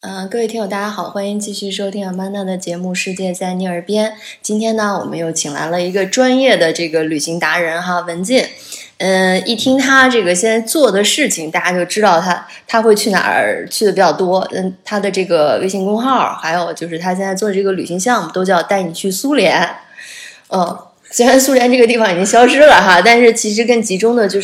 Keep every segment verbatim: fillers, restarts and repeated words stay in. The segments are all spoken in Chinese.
嗯、呃，各位听友大家好，欢迎继续收听阿曼达的节目《世界在你耳边》。今天呢，我们又请来了一个专业的这个旅行达人哈，文静。嗯，一听他这个现在做的事情，大家就知道他他会去哪儿去的比较多。嗯，他的这个微信公号，还有就是他现在做的这个旅行项目，都叫带你去苏联。嗯。虽然苏联这个地方已经消失了哈，但是其实更集中的就是，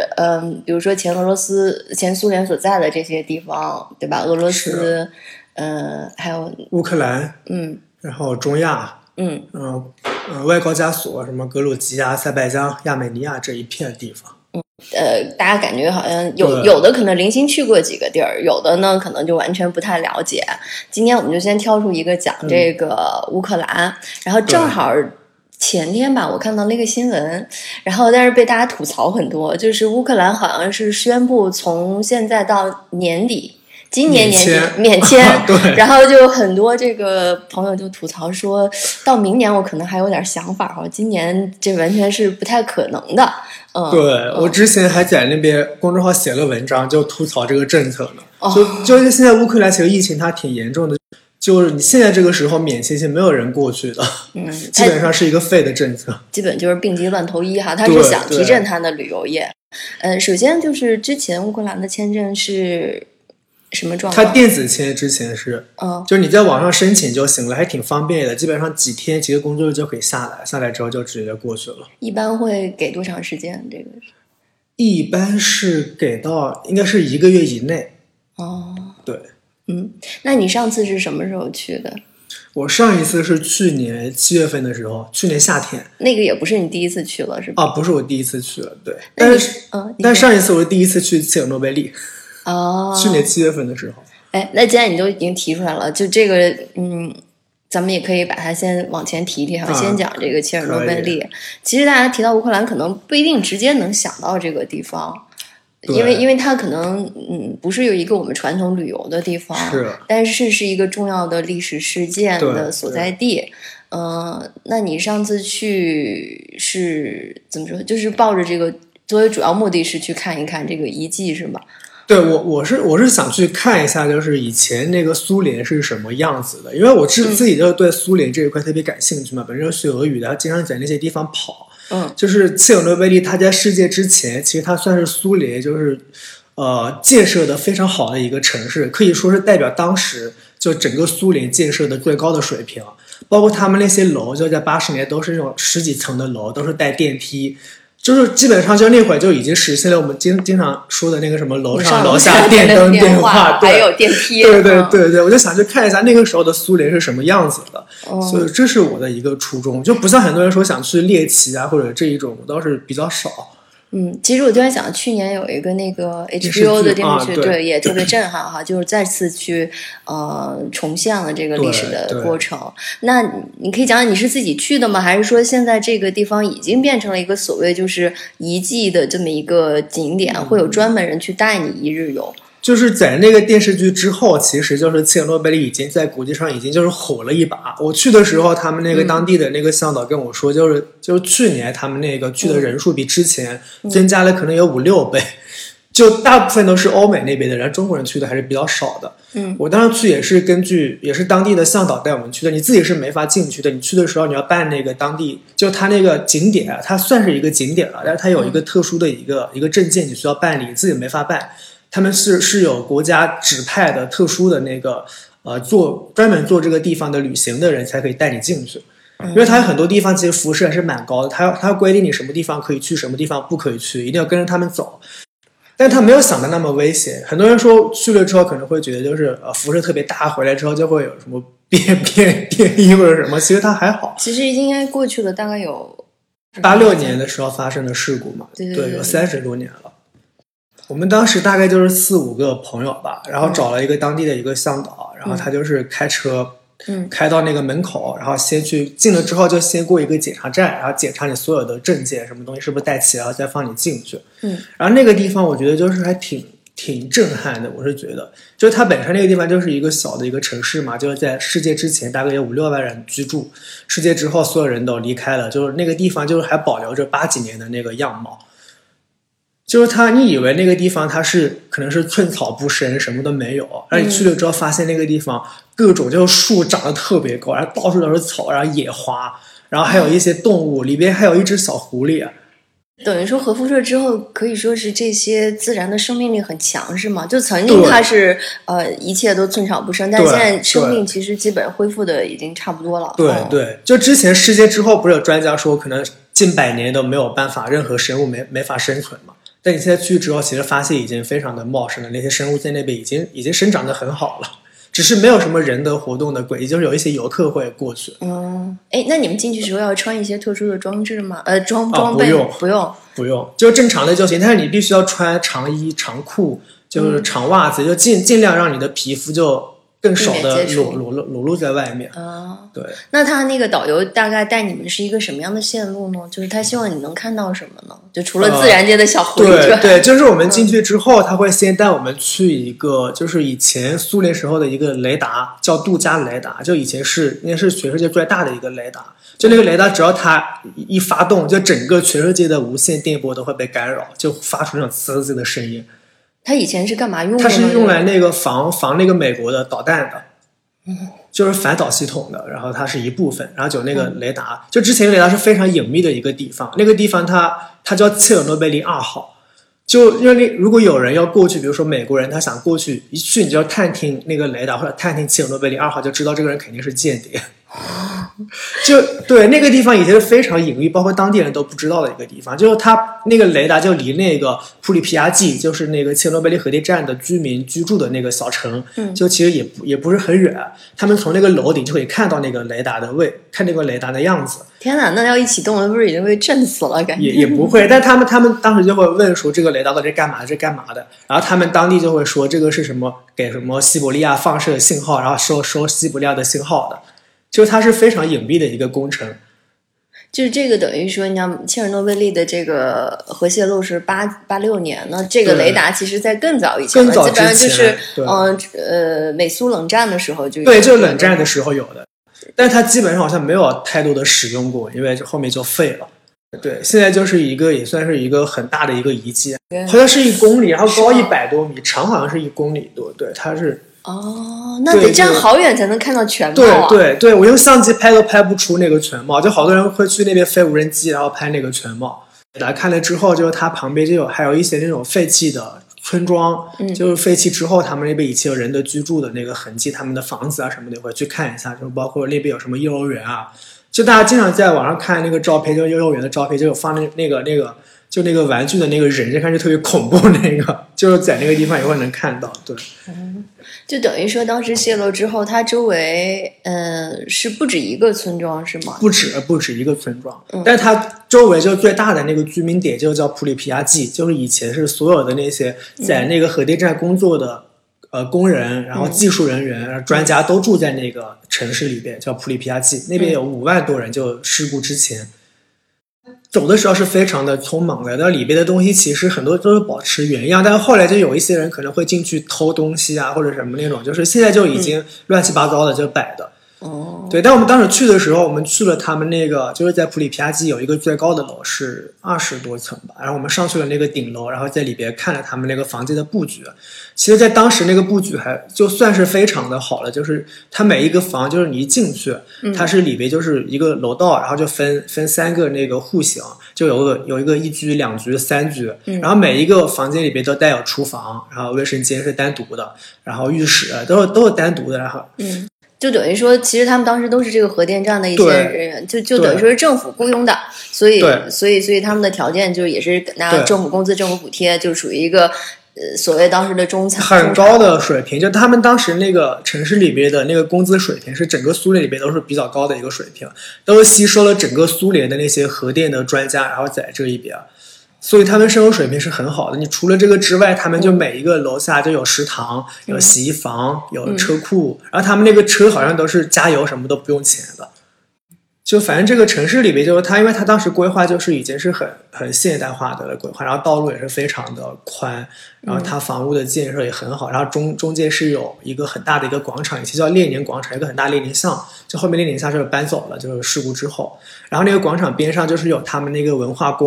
嗯，比如说前俄罗斯、前苏联所在的这些地方，对吧？俄罗斯，呃，还有乌克兰， 嗯， 然后中亚， 嗯， 嗯、呃，外高加索，什么格鲁吉亚、塞拜疆、亚美尼亚这一片地方。 嗯，呃，大家感觉好像有有的可能零星去过几个地儿，有的呢可能就完全不太了解。今天我们就先挑出一个讲这个乌克兰，嗯、然后正好。前天吧，我看到那个新闻，然后但是被大家吐槽很多，就是乌克兰好像是宣布从现在到年底，今年年底免签， 对， 然后就很多这个朋友就吐槽说，到明年我可能还有点想法哈，今年这完全是不太可能的。嗯， 对、 嗯、 我之前还在那边公众号写了文章，就吐槽这个政策呢。 哦、 就就是现在乌克兰其实疫情它挺严重的。就是你现在这个时候免签是没有人过去的， 嗯， 基本上是一个废的政策， 基本就是病急乱投医哈。他是想提振他的旅游业。呃，首先就是之前乌克兰的签证是什么状况？ 他电子签之前是， 嗯， 就是你在网上申请就行了，还挺方便的，基本上几天几个工作日就可以下来，下来之后就直接过去了。 一般会给多长时间？这个一般是给到应该是一个月以内。 哦， 对。 嗯，那你上次是什么时候去的？ 我上一次是去年七月份的时候，去年夏天。 那个也不是你第一次去了，是吧？ 啊，不是我第一次去了，对。但是， 嗯， 但上一次我是第一次去切尔诺贝利。 哦， 去年七月份的时候。 哎，那既然你都已经提出来了，就这个，嗯，咱们也可以把它先往前提提哈，啊、先讲这个切尔诺贝利。其实大家提到乌克兰，可能不一定直接能想到这个地方。因为因为它可能嗯不是有一个我们传统旅游的地方， 是， 但是是一个重要的历史事件的所在地。嗯、呃，那你上次去是怎么说？就是抱着这个作为主要目的是去看一看这个遗迹是吗？ 对，我我是我是想去看一下，就是以前那个苏联是什么样子的，因为我自自己就对苏联这一块特别感兴趣嘛，本身学俄语的，经常在那些地方跑。 嗯， 就是切尔诺贝利，它在世界之前，其实它算是苏联就是呃建设的非常好的一个城市，可以说是代表当时就整个苏联建设的最高的水平。包括他们那些楼，就在八十年都是那种十几层的楼，都是带电梯，就是基本上就那会儿就已经实现了我们经经常说的那个什么楼上楼下电灯电话， 还有电梯。 对对对对，我就想去看一下那个时候的苏联是什么样子的。 哦、 所以这是我的一个初衷，就不像很多人说想去猎奇啊或者这一种，我倒是比较少。 嗯，其实我突然想，去年有一个那个 H B O 的电视剧， 啊、对, 对，也特别震撼哈，就是再次去呃重现了这个历史的过程。那你可以讲讲你是自己去的吗？还是说现在这个地方已经变成了一个所谓就是遗迹的这么一个景点，嗯、会有专门人去带你一日游？ 就是在那个电视剧之后，其实就是切尔诺贝利已经在国际上已经就是火了一把。我去的时候，他们那个当地的那个向导跟我说，就是、嗯、就是去年他们那个去的人数比之前增加了可能有五六倍，就大部分都是欧美那边的人，中国人去的还是比较少的。 嗯， 我当时去也是根据也是当地的向导带我们去的，你自己是没法进去的。你去的时候你要办那个当地，就它那个景点啊，它算是一个景点了，但是它有一个特殊的一个、嗯、一个证件，你需要办理，你自己没法办。他们是是有国家指派的特殊的那个呃做专门做这个地方的旅行的人才可以带你进去，因为它有很多地方其实辐射还是蛮高的，它它规定你什么地方可以去，什么地方不可以去，一定要跟着他们走。但他没有想的那么危险，很多人说去了之后可能会觉得就是呃辐射特别大，回来之后就会有什么变变变异或者什么，其实它还好。 其实应该过去了大概有八六年的时候发生的事故嘛， 对对 对, 对, 对，有三十多年了。我们当时大概就是四五个朋友吧，然后找了一个当地的一个向导，嗯、然后他就是开车， 嗯， 开到那个门口，然后先去进了之后就先过一个检查站，然后检查你所有的证件什么东西是不是带齐，然后再放你进去。 嗯， 然后那个地方我觉得就是还挺挺震撼的，我是觉得，就是它本身那个地方就是一个小的一个城市嘛，就是在世界之前大概有五六万人居住，世界之后所有人都离开了，就是那个地方就是还保留着八几年的那个样貌。 就是它，你以为那个地方它是可能是寸草不生，什么都没有，然后你去了之后发现那个地方各种就是树长得特别高，然后到处都是草，然后野花，然后还有一些动物，里边还有一只小狐狸。 等于说核辐射之后可以说是这些自然的生命力很强是吗？就曾经它是呃一切都寸草不生，但现在生命其实基本恢复的已经差不多了。 对、哦、对，就之前世界之后不是有专家说可能近百年都没有办法，任何生物没没法生存嘛？但你现在去之后，其实发现已经非常的茂盛了，那些生物在那边已经已经生长得很好了，只是没有什么人的活动的轨迹，就是有一些游客会过去。 嗯，哎，那你们进去时候要穿一些特殊的装置吗？呃，装装备、 哦、不用不用不用，就正常的就行。但是你必须要穿长衣、长裤，就是长袜子，嗯、就尽尽量让你的皮肤就更少的裸裸裸裸露在外面啊。 对， 那他那个导游大概带你们是一个什么样的线路呢？就是他希望你能看到什么呢？就除了自然界的小狐狸之外、 呃、对对，就是我们进去之后、嗯、他会先带我们去一个就是以前苏联时候的一个雷达，叫杜加雷达，就以前是应该是全世界最大的一个雷达，就那个雷达只要它一发动，就整个全世界的无线电波都会被干扰，就发出那种呲呲的声音。 它以前是干嘛用的？ 它是用来那个防防那个美国的导弹的， 嗯， 就是反导系统的，然后它是一部分，然后就那个雷达，嗯、就之前雷达是非常隐秘的一个地方，那个地方它它叫切尔诺贝利二号，就因为如果有人要过去，比如说美国人他想过去，一去你就要探听那个雷达或者探听切尔诺贝利二号，就知道这个人肯定是间谍。就对，那个地方以前是非常隐秘，包括当地人都不知道的一个地方。就是它那个雷达就离那个普里皮亚季，就是那个切尔诺贝利核电站的居民居住的那个小城， 嗯， 就其实也不也不是很远。他们从那个楼顶就可以看到那个雷达的位，看那个雷达的样子。 天哪，那要一启动了，不是已经被震死了？感觉也也不会，但他们他们当时就会问说这个雷达到底是干嘛？这是干嘛的？然后他们当地就会说这个是什么给什么西伯利亚放射信号，然后收收西伯利亚的信号的。就它是非常隐蔽的一个工程， 就是这个等于说，你像切尔诺贝利的这个核泄漏是八八六年，那这个雷达其实在更早以前了， 更早基本上就是嗯呃美苏冷战的时候就对，就是冷战的时候有的，但是它基本上好像没有太多的使用过，因为后面就废了。对，现在就是一个也算是一个很大的一个遗迹，好像是一公里，然后高一百多米，长好像是一公里多，对，它是。 哦，那得站好远才能看到全貌啊！对对对，我用相机拍都拍不出那个全貌，就好多人会去那边飞无人机，然后拍那个全貌。来看了之后，就是它旁边就有还有一些那种废弃的村庄， 嗯、 就是废弃之后，他们那边以前有人的居住的那个痕迹，他们的房子啊什么的，会去看一下，就包括那边有什么幼儿园啊，就大家经常在网上看那个照片，就幼儿园的照片，就有放那那个那个。就那个玩具的那个人，就看着特别恐怖，那个就是在那个地方也会能看到，对。 嗯，就等于说当时泄漏之后，它周围嗯、呃、是不止一个村庄是吗？ 不止不止一个村庄， 嗯、 但是它周围就最大的那个居民点就叫普里皮亚季，就是以前是所有的那些在那个核电站工作的、嗯、呃工人，然后技术人员、嗯、专家都住在那个城市里边，叫普里皮亚季，那边有五万多人，就事故之前。走的时候是非常的匆忙的，那里边的东西其实很多都是保持原样，但是后来就有一些人可能会进去偷东西啊，或者什么那种，就是现在就已经乱七八糟的就摆的。 哦、嗯， 对，但我们当时去的时候，我们去了他们那个，就是在普里皮亚季有一个最高的楼是二十多层吧，然后我们上去了那个顶楼，然后在里边看了他们那个房间的布局。其实，在当时那个布局还就算是非常的好了，就是它每一个房，就是你一进去，它是里边就是一个楼道，然后就分分三个那个户型，就有个有一个一居、两居、三居，然后每一个房间里边都带有厨房，然后卫生间是单独的，然后浴室都是都是单独的，然后嗯。就等于说，其实他们当时都是这个核电站的一些人员，就就等于说是政府雇佣的，所以所以所以他们的条件就也是拿政府工资、政府补贴，就属于一个呃所谓当时的中产很高的水平。就他们当时那个城市里边的那个工资水平是整个苏联里边都是比较高的一个水平，都是吸收了整个苏联的那些核电的专家，然后在这一边。所以他们生活水平是很好的。你除了这个之外，他们就每一个楼下就有食堂、有洗衣房、有车库，然后他们那个车好像都是加油什么都不用钱的。就反正这个城市里面，就是它，因为它当时规划就是已经是很很现代化的规划，然后道路也是非常的宽，然后它房屋的建设也很好，然后中中间是有一个很大的一个广场，以前叫列宁广场，一个很大列宁像，就后面列宁像就是搬走了，就是事故之后，然后那个广场边上就是有他们那个文化宫。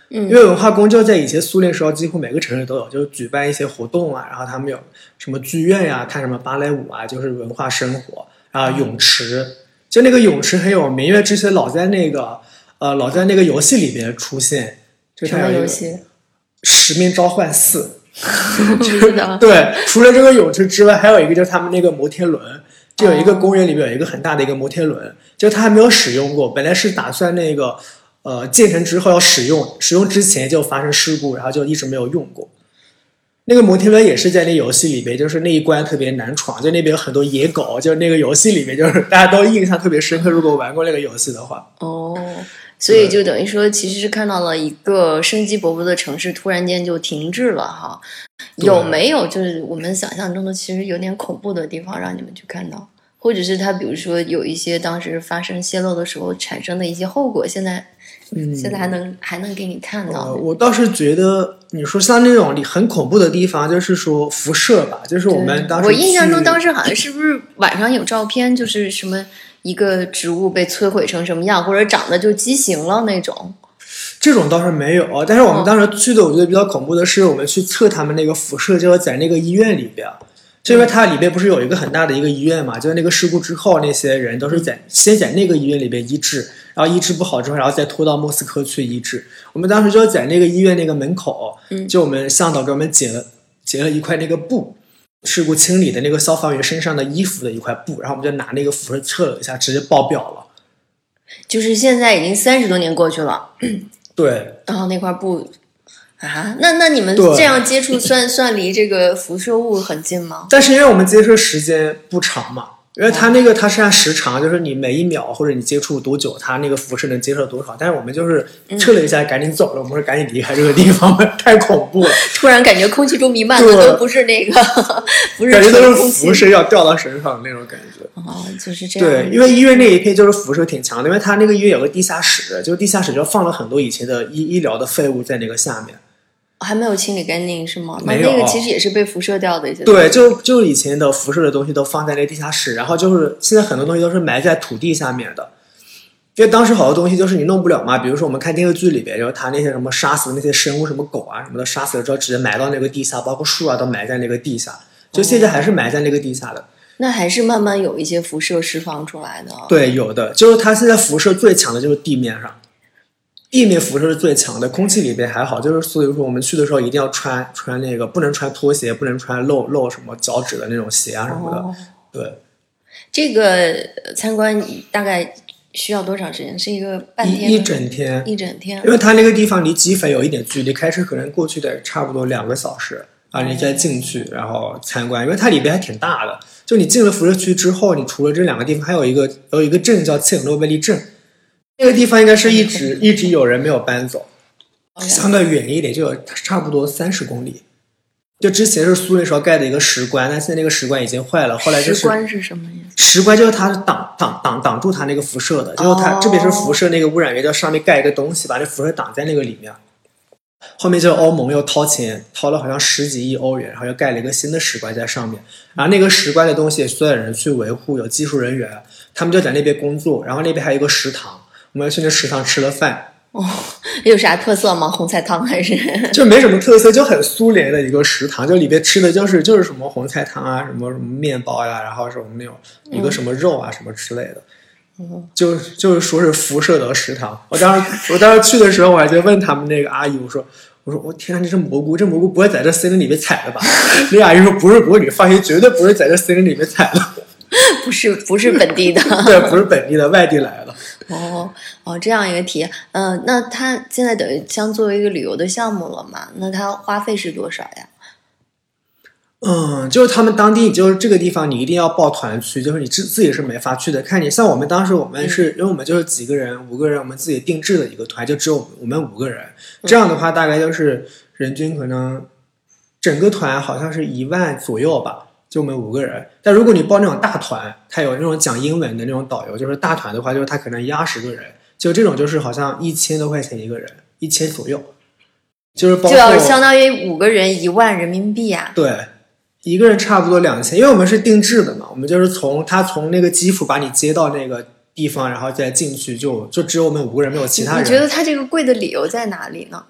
嗯， 因为文化宫就在以前苏联时候几乎每个城市都有，就是举办一些活动啊，然后他们有什么剧院呀、啊，看什么芭蕾舞啊，就是文化生活啊，泳池，就那个泳池很有名，因为之前老在那个呃老在那个游戏里边出现，就什么游戏？ 使命召唤四。 不知道。 对，除了这个泳池之外，还有一个就是他们那个摩天轮，就有一个公园里面有一个很大的一个摩天轮，就它还没有使用过，本来是打算那个呃建成之后要使用，使用之前就发生事故，然后就一直没有用过。那个摩天轮也是在那游戏里边，就是那一关特别难闯，就那边有很多野狗，就那个游戏里面就是大家都印象特别深刻，如果玩过那个游戏的话。 哦。所以就等于说其实是看到了一个生机勃勃的城市突然间就停滞了哈。有没有就是我们想象中的其实有点恐怖的地方让你们去看到，或者是它比如说有一些当时发生泄漏的时候产生的一些后果，现在嗯，现在还能还能给你看到、 呃、我倒是觉得你说像那种很恐怖的地方，就是说辐射吧，就是我们当时我印象中当时好像是不是晚上有照片，就是什么一个植物被摧毁成什么样，或者长得就畸形了那种。 这种倒是没有，但是我们当时去的，我觉得比较恐怖的是，我们去测他们那个辐射，就是在那个医院里边，就因为它里边不是有一个很大的一个医院嘛，就是那个事故之后，那些人都是在先在那个医院里边医治，然后医治不好之后，然后再拖到莫斯科去医治。我们当时就在那个医院那个门口，就我们向导给我们解了解了一块那个布。事故清理的那个消防员身上的衣服的一块布，然后我们就拿那个辐射测了一下，直接爆表了。 就是现在已经三十多年过去了， 对。 然后那块布啊，那那你们这样接触算算离这个辐射物很近吗？ 但是因为我们接触时间不长嘛，因为它那个它是按时长，就是你每一秒或者你接触多久，它那个辐射能接受多少。但是我们就是测了一下，赶紧走了，我们是赶紧离开这个地方，太恐怖了。 突然感觉空气中弥漫的都不是那个，不是感觉都是辐射要掉到身上那种感觉。 哦，就是这样。 对，因为医院那一片就是辐射挺强的，因为它那个医院有个地下室，就是地下室就放了很多以前的医医疗的废物在那个下面。 还没有清理干净是吗？ 没有， 那个其实也是被辐射掉的一些。 对，就就以前的辐射的东西都放在那个地下室，然后就是现在很多东西都是埋在土地下面的，因为当时好多东西就是你弄不了嘛，比如说我们看电视剧里边，就是他那些什么杀死的那些生物，什么狗啊什么的，杀死了之后直接埋到那个地下，包括树啊都埋在那个地下，就现在还是埋在那个地下的。哦， 那还是慢慢有一些辐射释放出来的。 对，有的，就是它现在辐射最强的就是地面上。地面辐射是最强的，空气里边还好，就是所以说我们去的时候一定要穿穿那个，不能穿拖鞋，不能穿露露什么脚趾的那种鞋啊什么的。哦，对， 这个参观大概需要多长时间？是一个半天？ 一一整天， 一整天。 因为它那个地方离基辅有一点距离，开车可能过去得差不多两个小时啊，你再进去然后参观，因为它里边还挺大的。就你进了辐射区之后，你除了这两个地方，还有一个有一个镇叫切尔诺贝利镇。那个地方应该是一直一直有人没有搬走，相对远一点，就有差不多三十公里。就之前是苏联时候盖的一个石棺，但现在那个石棺已经坏了。后来就是石棺是什么意思？ 石棺就是它挡挡挡挡住它那个辐射的，就是它这边是辐射那个污染源，在上面盖一个东西，把那辐射挡在那个里面。后面就是欧盟又掏钱，掏了好像十几亿欧元，然后又盖了一个新的石棺在上面。然后那个石棺的东西也需要人去维护，有技术人员，他们就在那边工作。然后那边还有一个食堂。我们去那食堂吃了饭。 哦，有啥特色吗？红菜汤还是？ 就没什么特色，就很苏联的一个食堂，就里边吃的就是就是什么红菜汤啊，什么什么面包呀、啊，然后什么那种一个什么肉啊、嗯、什么之类的。嗯，就就是说是辐射的食堂。我当时我当时去的时候，我还在问他们那个阿姨，我说我说我天啊，这是蘑菇，这蘑菇不会在这森林里面采的吧？那阿姨说不是不是，你放心，绝对不是在这森林里面采的。 不是不是本地的。 对，不是本地的，外地来的。 哦哦，这样一个体验，嗯、呃，那它现在等于像作为一个旅游的项目了嘛？那它花费是多少呀？ 嗯，就是他们当地，就是这个地方，你一定要报团去，就是你自自己是没法去的。看你像我们当时，我们是、嗯、因为我们就是几个人，五个人，我们自己定制的一个团，就只有我们五个人。这样的话，大概就是人均可能整个团好像是一万左右吧。就我们五个人，但如果你报那种大团，他有那种讲英文的那种导游，就是大团的话，就是他可能一二十个人，就这种就是好像一千多块钱一个人，一千左右，就是包括就要相当于五个人一万人民币啊。 对，一个人差不多两千，因为我们是定制的嘛，我们就是从他从那个基辅把你接到那个地方，然后再进去就，就就只有我们五个人，没有其他人。 你觉得他这个贵的理由在哪里呢？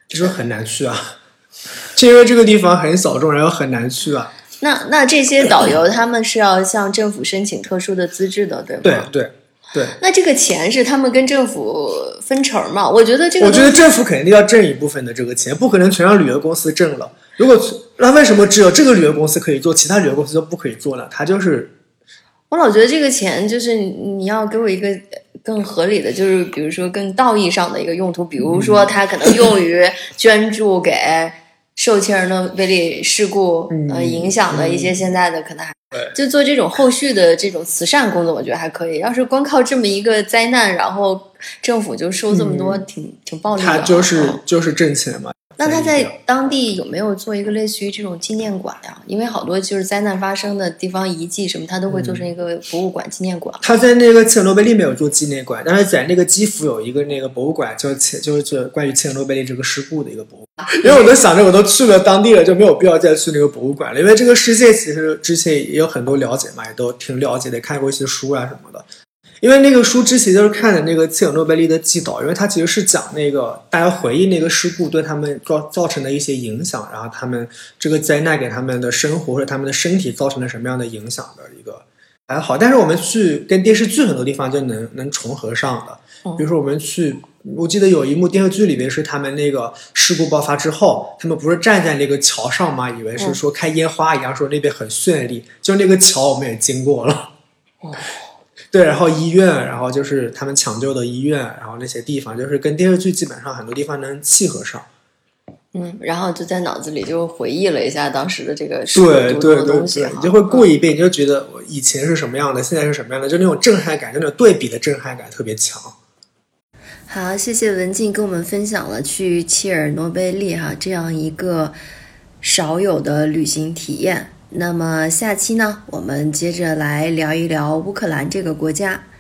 就是很难去啊，就因为这个地方很小众，然后很难去啊。 那那这些导游他们是要向政府申请特殊的资质的，对吗？ 对对对。 那这个钱是他们跟政府分成吗？我觉得这个， 我觉得政府肯定要挣一部分的这个钱，不可能全让旅游公司挣了。如果那为什么只有这个旅游公司可以做，其他旅游公司就不可以做呢？他就是， 我老觉得这个钱就是你要给我一个更合理的，就是比如说更道义上的一个用途，比如说它可能用于捐助给受切尔诺贝利事故、嗯、呃影响的一些现在的可能还。就做这种后续的这种慈善工作，我觉得还可以。要是光靠这么一个灾难，然后政府就收这么多，嗯、挺挺暴利的。 他就是就是挣钱嘛。 那他在当地有没有做一个类似于这种纪念馆呀？因为好多就是灾难发生的地方遗迹什么，他都会做成一个博物馆、纪念馆。 他在那个切尔诺贝利没有做纪念馆，但是在那个基辅有一个那个博物馆，就切就是关于切尔诺贝利这个事故的一个博物馆。因为我都想着我都去了当地了，就没有必要再去那个博物馆了。因为这个世界其实之前也有很多了解嘛，也都挺了解的，看过一些书啊什么的。因为那个书之前就是看的那个切尔诺贝利的纪导，因为它其实是讲那个大家回忆那个事故对他们造造成的一些影响，然后他们这个灾难给他们的生活或者他们的身体造成了什么样的影响的一个还好。但是我们去跟电视剧很多地方就能能重合上的，比如说我们去，我记得有一幕电视剧里面是他们那个事故爆发之后，他们不是站在那个桥上吗？以为是说开烟花一样，说那边很绚丽，就那个桥我们也经过了。对，然后医院，然后就是他们抢救的医院，然后那些地方，就是跟电视剧基本上很多地方能契合上。 嗯，然后就在脑子里就回忆了一下当时的这个事故对对对对， 你就会过一遍，你就觉得我以前是什么样的，现在是什么样的，就那种震撼感，就那种对比的震撼感特别强。 好，谢谢文静跟我们分享了去切尔诺贝利哈这样一个少有的旅行体验。那么下期呢，我们接着来聊一聊乌克兰这个国家。